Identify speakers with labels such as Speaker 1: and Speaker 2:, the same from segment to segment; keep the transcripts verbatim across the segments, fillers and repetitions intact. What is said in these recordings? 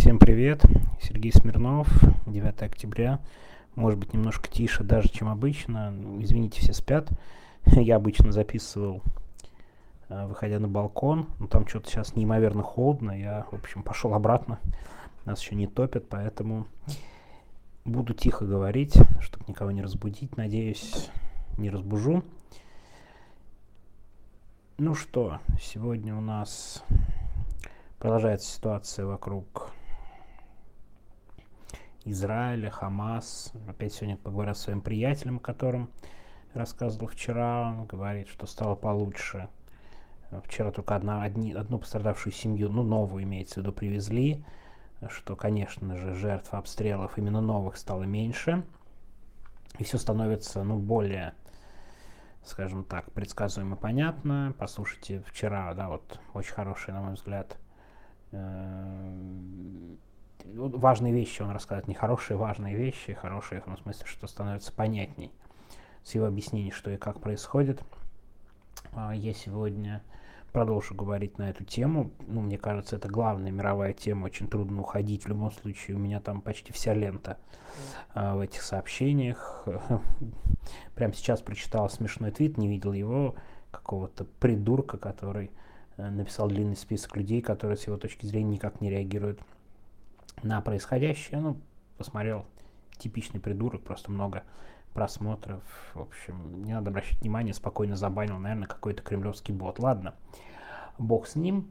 Speaker 1: Всем привет, Сергей Смирнов, девятое октября, может быть немножко тише даже, чем обычно, извините, все спят. Я обычно записывал, выходя на балкон, но там что-то сейчас неимоверно холодно, я, в общем, пошел обратно, нас еще не топят, поэтому буду тихо говорить, чтобы никого не разбудить, надеюсь, не разбужу. Ну что, сегодня у нас продолжается ситуация вокруг Израиля, Хамас. Опять сегодня поговорил с своим приятелем, о котором рассказывал вчера. Он говорит, что стало получше. Вчера только одна, одни, одну пострадавшую семью, ну, новую имеется в виду, привезли. Что, конечно же, жертв обстрелов именно новых стало меньше. И все становится, ну, более, скажем так, предсказуемо понятно. Послушайте, вчера, да, вот, очень хороший, на мой взгляд, важные вещи он рассказывает, не хорошие, важные вещи, хорошие в том смысле, что становится понятней с его объяснений, что и как происходит. Я сегодня продолжу говорить на эту тему. Ну, мне кажется, это главная мировая тема, очень трудно уходить. В любом случае, у меня там почти вся лента в этих сообщениях. Прямо сейчас прочитал смешной твит, не видел его, какого-то придурка, который написал длинный список людей, которые с его точки зрения никак не реагируют на происходящее. Ну, посмотрел, типичный придурок, просто много просмотров. В общем, не надо обращать внимание, спокойно забанил, наверное, какой-то кремлевский бот. Ладно, бог с ним.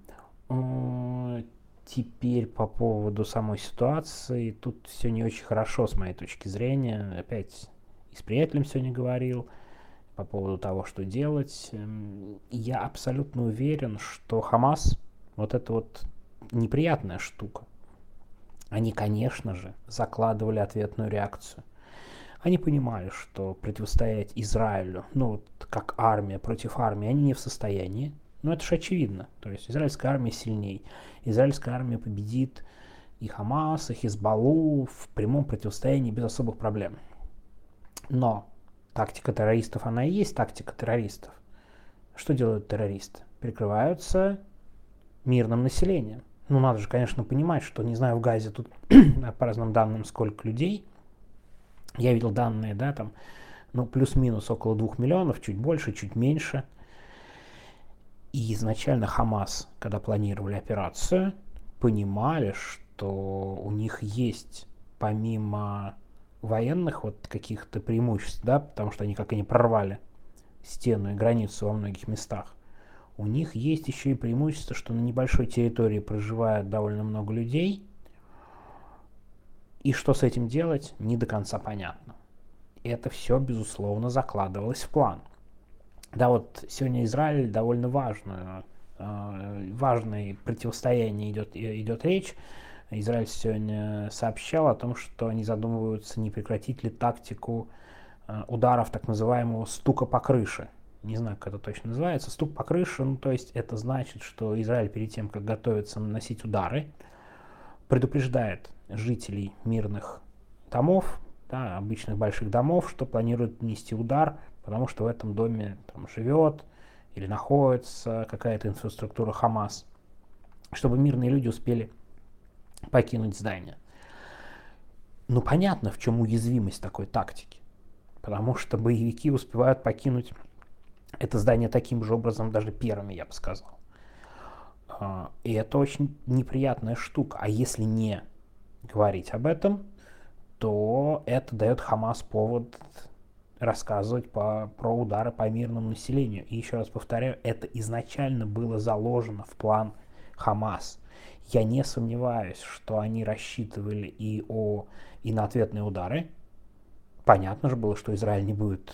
Speaker 1: Теперь по поводу самой ситуации. Тут все не очень хорошо с моей точки зрения. Опять и с приятелем сегодня говорил по поводу того, что делать. Я абсолютно уверен, что Хамас, вот это вот неприятная штука, они, конечно же, закладывали ответную реакцию. Они понимали, что противостоять Израилю, ну вот как армия против армии, они не в состоянии. Ну это же очевидно. То есть израильская армия сильнее. Израильская армия победит и Хамас, и Хизбаллу в прямом противостоянии без особых проблем. Но тактика террористов, она и есть тактика террористов. Что делают террористы? Прикрываются мирным населением. Ну, надо же, конечно, понимать, что, не знаю, в Газе тут по разным данным сколько людей. Я видел данные, да, там, ну, плюс-минус около двух миллионов, чуть больше, чуть меньше. И изначально Хамас, когда планировали операцию, понимали, что у них есть, помимо военных вот каких-то преимуществ, да, потому что они как они прорвали стену и границу во многих местах, у них есть еще и преимущество, что на небольшой территории проживает довольно много людей, и что с этим делать, не до конца понятно. И это все, безусловно, закладывалось в план. Да, вот сегодня Израиль довольно важную, э, важное противостояние идет, идет речь. Израиль сегодня сообщал о том, что они задумываются, не прекратить ли тактику э, ударов так называемого стука по крыше. Не знаю, как это точно называется. Стук по крыше, ну то есть это значит, что Израиль перед тем, как готовится наносить удары, предупреждает жителей мирных домов, да, обычных больших домов, что планирует нанести удар, потому что в этом доме там живет или находится какая-то инфраструктура Хамас, чтобы мирные люди успели покинуть здание. Ну понятно, в чем уязвимость такой тактики, потому что боевики успевают покинуть это здание таким же образом, даже первыми, я бы сказал. И это очень неприятная штука. А если не говорить об этом, то это дает Хамас повод рассказывать по, про удары по мирному населению. И еще раз повторяю, это изначально было заложено в план Хамас. Я не сомневаюсь, что они рассчитывали и, о, и на ответные удары. Понятно же было, что Израиль не будет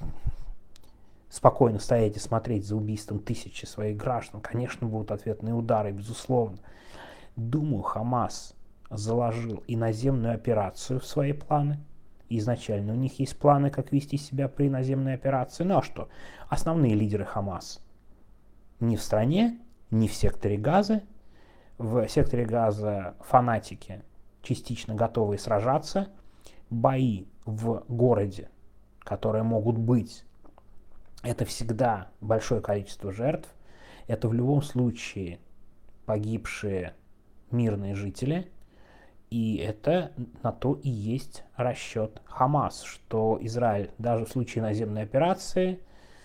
Speaker 1: спокойно стоять и смотреть за убийством тысячи своих граждан. Конечно, будут ответные удары, безусловно. Думаю, Хамас заложил и наземную операцию в свои планы. Изначально у них есть планы, как вести себя при наземной операции. Ну а что? Основные лидеры Хамас не в стране, не в секторе Газы. В секторе Газа фанатики частично готовы сражаться. Бои в городе, которые могут быть, это всегда большое количество жертв. Это в любом случае погибшие мирные жители. И это на то и есть расчет Хамас, что Израиль даже в случае наземной операции,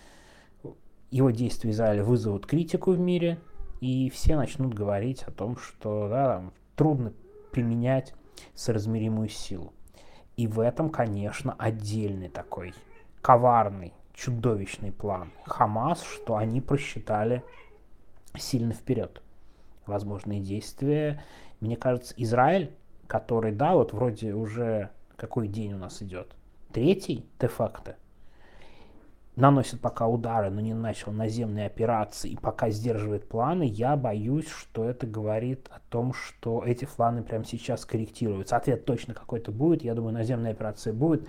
Speaker 1: его действия Израиля вызовут критику в мире, и все начнут говорить о том, что да, там, трудно применять соразмеримую силу. И в этом, конечно, отдельный такой коварный, чудовищный план Хамас, что они просчитали сильно вперед возможные действия. Мне кажется, Израиль, который, да, вот вроде уже какой день у нас идет, третий де-факто, наносит пока удары, но не начал наземные операции и пока сдерживает планы, я боюсь, что это говорит о том, что эти планы прямо сейчас корректируются. Ответ точно какой-то будет, я думаю, наземная операция будет,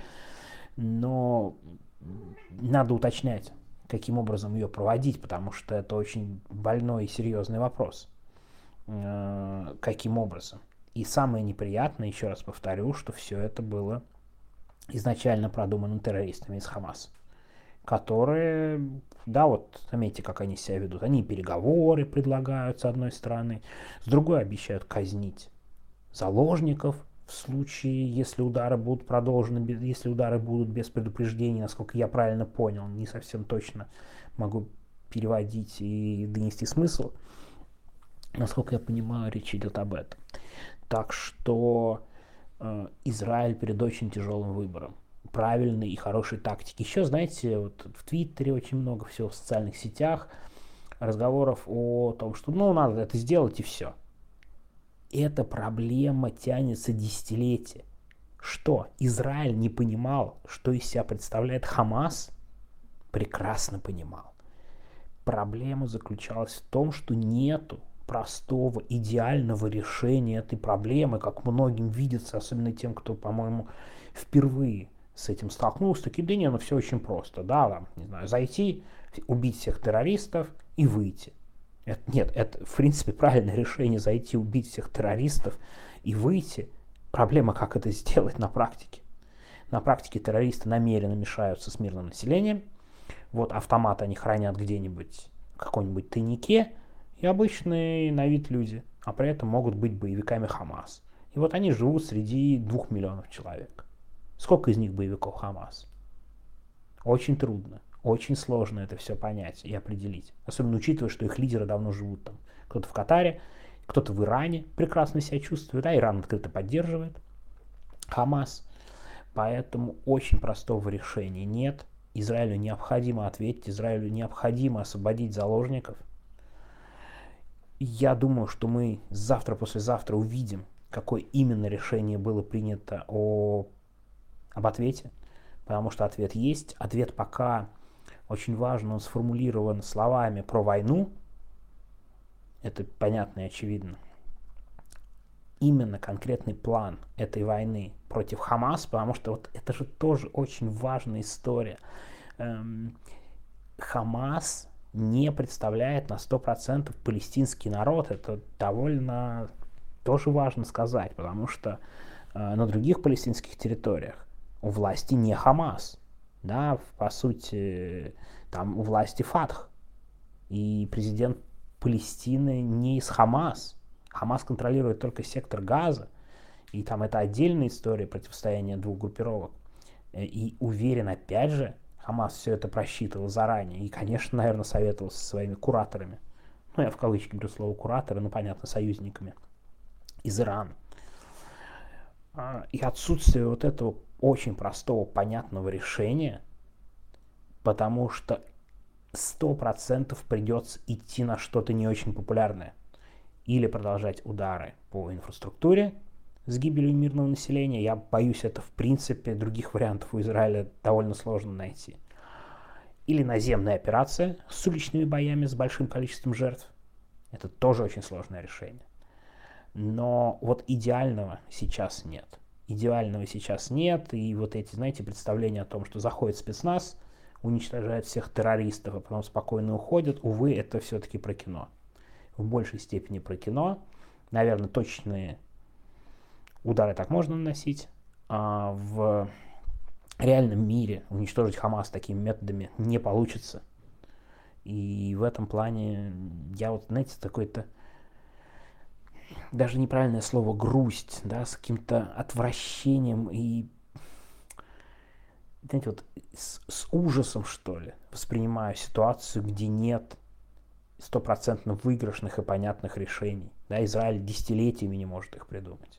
Speaker 1: но надо уточнять, каким образом ее проводить, потому что это очень больной и серьезный вопрос. Каким образом? И самое неприятное, еще раз повторю, что все это было изначально продумано террористами из Хамас, которые, да, вот заметьте, как они себя ведут. Они переговоры предлагают с одной стороны, с другой обещают казнить заложников в случае, если удары будут продолжены, если удары будут без предупреждения, насколько я правильно понял, не совсем точно могу переводить и донести смысл. Насколько я понимаю, речь идет об этом. Так что э, Израиль перед очень тяжелым выбором правильной и хорошей тактики. Еще, знаете, вот в Твиттере очень много всего, в социальных сетях, разговоров о том, что ну надо это сделать и все. Эта проблема тянется десятилетия. Что, Израиль не понимал, что из себя представляет Хамас? Прекрасно понимал. Проблема заключалась в том, что нету простого, идеального решения этой проблемы, как многим видится, особенно тем, кто, по-моему, впервые с этим столкнулся, такие, да не, ну все очень просто, да, там, не знаю, зайти, убить всех террористов и выйти. Это, нет, это, в принципе, правильное решение, зайти, убить всех террористов и выйти. Проблема, как это сделать на практике. На практике террористы намеренно мешаются с мирным населением, вот автомат они хранят где-нибудь в каком-нибудь тайнике, и обычные на вид люди, а при этом могут быть боевиками Хамас. И вот они живут среди двух миллионов человек. Сколько из них боевиков Хамас? Очень трудно, очень сложно это все понять и определить. Особенно учитывая, что их лидеры давно живут там. Кто-то в Катаре, кто-то в Иране прекрасно себя чувствует, а Иран открыто поддерживает Хамас. Поэтому очень простого решения нет. Израилю необходимо ответить, Израилю необходимо освободить заложников. Я думаю, что мы завтра-послезавтра увидим, какое именно решение было принято о, об ответе, потому что ответ есть. Ответ пока очень важно, он сформулирован словами про войну, это понятно и очевидно. Именно конкретный план этой войны против Хамас, потому что вот это же тоже очень важная история. Эм, Хамас не представляет на сто процентов палестинский народ, это довольно тоже важно сказать, потому что э, на других палестинских территориях у власти не Хамас, да, по сути, там у власти Фатх, и президент Палестины не из Хамас. Хамас контролирует только сектор Газа, и там это отдельная история противостояния двух группировок. И уверен, опять же, Хамас все это просчитывал заранее и, конечно, наверное, советовался со своими кураторами. Ну, я в кавычки говорю слово кураторы, ну, понятно, союзниками из Ирана. И отсутствие вот этого очень простого, понятного решения, потому что сто процентов придется идти на что-то не очень популярное. Или продолжать удары по инфраструктуре с гибелью мирного населения. Я боюсь, это в принципе других вариантов у Израиля довольно сложно найти. Или наземная операция с уличными боями с большим количеством жертв. Это тоже очень сложное решение. Но вот идеального сейчас нет. Идеального сейчас нет. И вот эти, знаете, представления о том, что заходит спецназ, уничтожает всех террористов, а потом спокойно уходит, увы, это все-таки про кино. В большей степени про кино. Наверное, точные удары так можно наносить. А в реальном мире уничтожить Хамас такими методами не получится. И в этом плане я вот, знаете, такой-то даже неправильное слово грусть, да, с каким-то отвращением и, знаете, вот с, с ужасом, что ли, воспринимаю ситуацию, где нет стопроцентно выигрышных и понятных решений. Да, Израиль десятилетиями не может их придумать.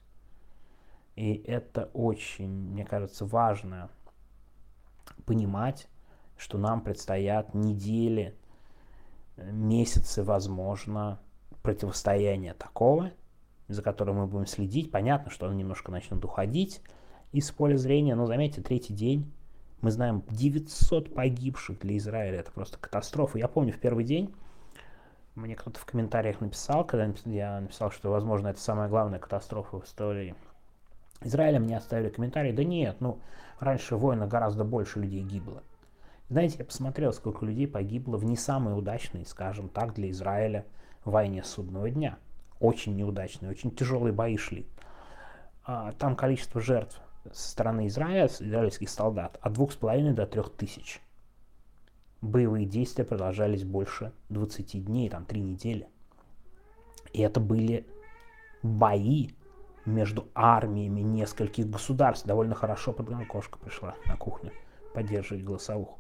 Speaker 1: И это очень, мне кажется, важно понимать, что нам предстоят недели, месяцы, возможно, противостояния такого, за которым мы будем следить. Понятно, что он немножко начнет уходить из поля зрения, но заметьте, третий день, мы знаем девятьсот погибших для Израиля, это просто катастрофа. Я помню, в первый день мне кто-то в комментариях написал, когда я написал, что, возможно, это самая главная катастрофа в истории Израиля, мне оставили комментарий: да нет, ну, раньше в войнах гораздо больше людей гибло. Знаете, я посмотрел, сколько людей погибло в не самой удачной, скажем так, для Израиля войне судного дня. Очень неудачные, очень тяжелые бои шли. А там количество жертв со стороны Израиля, израильских солдат, от двух с половиной до трех тысяч. Боевые действия продолжались больше двадцати дней, там три недели. И это были бои между армиями нескольких государств. Довольно хорошо подготовленная кошка пришла на кухню поддерживать голосовуху.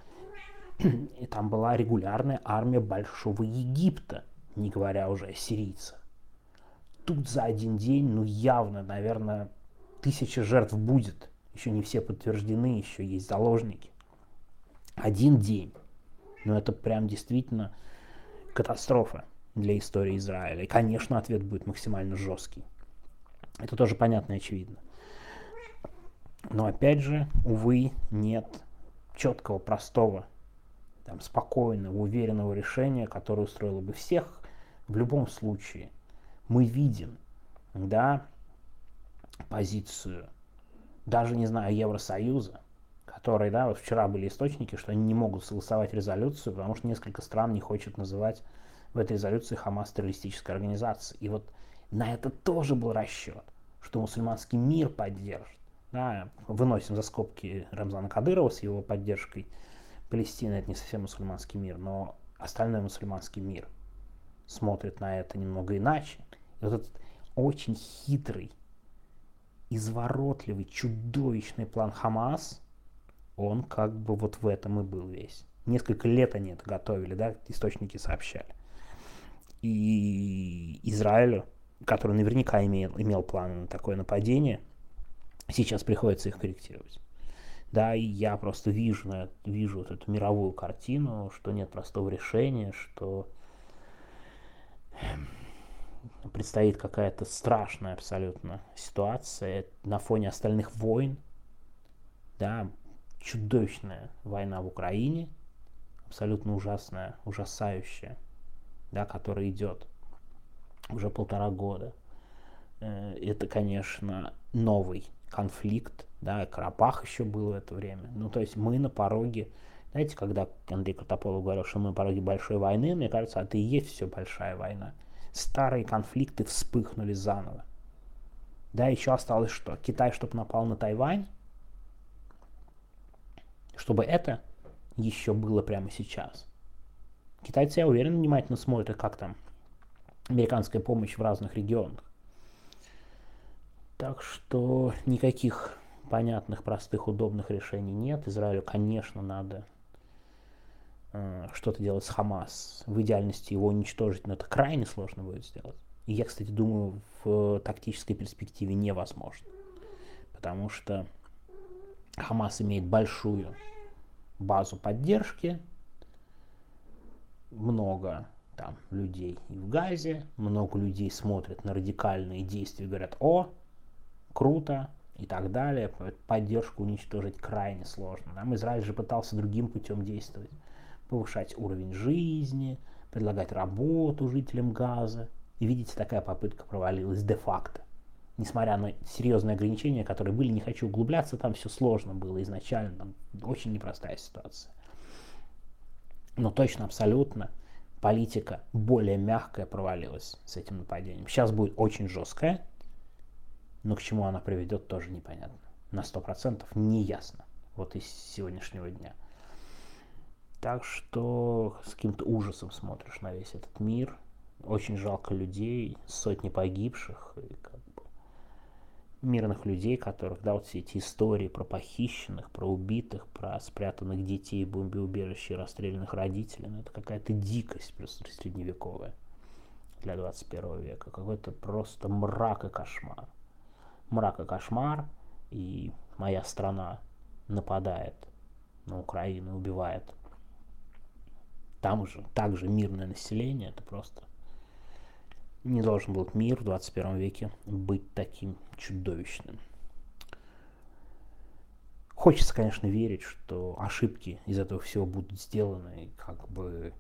Speaker 1: И там была регулярная армия Большого Египта, не говоря уже о сирийцах. Тут за один день, ну явно, наверное, тысяча жертв будет. Еще не все подтверждены, еще есть заложники. Один день. Ну это прям действительно катастрофа для истории Израиля. И, конечно, ответ будет максимально жесткий. Это тоже понятно и очевидно. Но опять же, увы, нет четкого, простого, там, спокойного, уверенного решения, которое устроило бы всех. В любом случае мы видим, да, позицию, даже, не знаю, Евросоюза, который, да, вот вчера были источники, что они не могут согласовать резолюцию, потому что несколько стран не хочет называть в этой резолюции Хамас террористической организацией. И вот на это тоже был расчет, что мусульманский мир поддержит. Да, выносим за скобки Рамзана Кадырова с его поддержкой Палестины, это не совсем мусульманский мир, но остальной мусульманский мир смотрит на это немного иначе. И вот этот очень хитрый, изворотливый, чудовищный план Хамас, он как бы вот в этом и был весь. Несколько лет они это готовили, да, источники сообщали. И Израилю, который наверняка имел, имел планы на такое нападение, сейчас приходится их корректировать. Да, и я просто вижу, вижу вот эту мировую картину, что нет простого решения, что предстоит какая-то страшная абсолютно ситуация на фоне остальных войн. Да, чудовищная война в Украине, абсолютно ужасная, ужасающая, да, которая идет уже полтора года. Это, конечно, новый конфликт, да, Карабах еще был в это время. Ну, то есть мы на пороге, знаете, когда Андрей Картополов говорил, что мы на пороге большой войны, мне кажется, это и есть все большая война. Старые конфликты вспыхнули заново. Да, еще осталось что? Китай, чтобы напал на Тайвань, чтобы это еще было прямо сейчас. Китайцы, я уверен, внимательно смотрят, как там американская помощь в разных регионах. Так что никаких понятных, простых, удобных решений нет. Израилю, конечно, надо э, что-то делать с Хамас. В идеальности его уничтожить, но это крайне сложно будет сделать. И я, кстати, думаю, в тактической перспективе невозможно. Потому что Хамас имеет большую базу поддержки, много там людей и в Газе, много людей смотрят на радикальные действия и говорят: о, круто, и так далее. Поддержку уничтожить крайне сложно. Там Израиль же пытался другим путем действовать. Повышать уровень жизни, предлагать работу жителям Газа. И видите, такая попытка провалилась де-факто. Несмотря на серьезные ограничения, которые были, не хочу углубляться, там все сложно было изначально, там очень непростая ситуация. Но точно, абсолютно, политика более мягкая провалилась с этим нападением. Сейчас будет очень жесткая, но к чему она приведет, тоже непонятно. На сто процентов не ясно. Вот из сегодняшнего дня. Так что с каким-то ужасом смотришь на весь этот мир. очень жалко людей, сотни погибших, и как бы мирных людей, которых, да, вот все эти истории про похищенных, про убитых, про спрятанных детей в бомбоубежище и расстрелянных родителей, ну это какая-то дикость просто средневековая для двадцать первого века. Какой-то просто мрак и кошмар. Мрак и кошмар, и моя страна нападает на Украину, убивает там же также мирное население. Это просто не должен был мир в двадцать первом веке быть таким чудовищным. Хочется, конечно, верить, что ошибки из этого всего будут сделаны, и как бы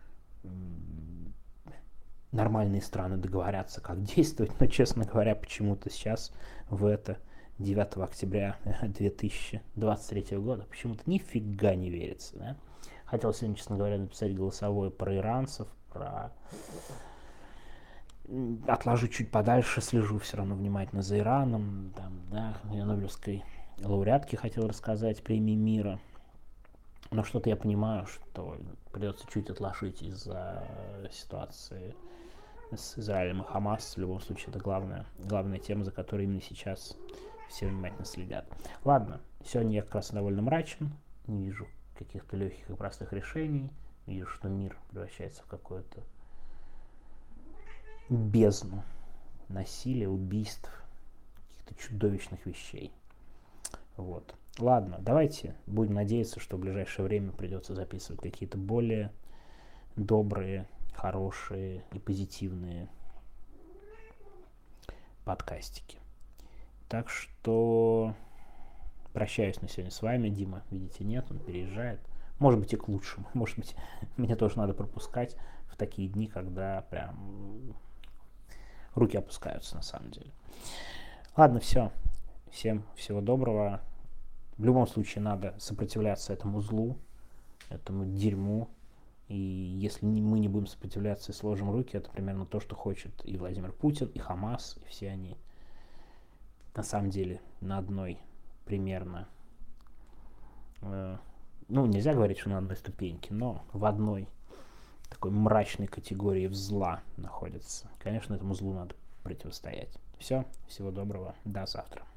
Speaker 1: нормальные страны договорятся, как действовать, но, честно говоря, почему-то сейчас в это девятого октября две тысячи двадцать третьего года почему-то нифига не верится, да? Хотел сегодня, честно говоря, написать голосовое про иранцев, про... Отложу чуть подальше, слежу все равно внимательно за Ираном, там, да, я Нобелевской лауреатке хотел рассказать премии мира, но что-то я понимаю, что придется чуть отложить из-за ситуации с Израилем и Хамас. В любом случае, это главная, главная тема, за которой именно сейчас все внимательно следят. Ладно, сегодня я как раз довольно мрачен, не вижу каких-то легких и простых решений, вижу, что мир превращается в какое-то бездну насилия, убийств, каких-то чудовищных вещей. Вот. Ладно, давайте будем надеяться, что в ближайшее время придется записывать какие-то более добрые, хорошие и позитивные подкастики. Так что прощаюсь на сегодня с вами. Дима, видите, нет, он переезжает. Может быть, и к лучшему. Может быть, мне тоже надо пропускать в такие дни, когда прям руки опускаются на самом деле. Ладно, все. Всем всего доброго. В любом случае надо сопротивляться этому злу, этому дерьму. И если мы не будем сопротивляться и сложим руки, это примерно то, что хочет и Владимир Путин, и Хамас, и все они на самом деле на одной примерно, э, ну, нельзя говорить, что на одной ступеньке, но в одной такой мрачной категории зла находятся. Конечно, этому злу надо противостоять. Все, всего доброго, до завтра.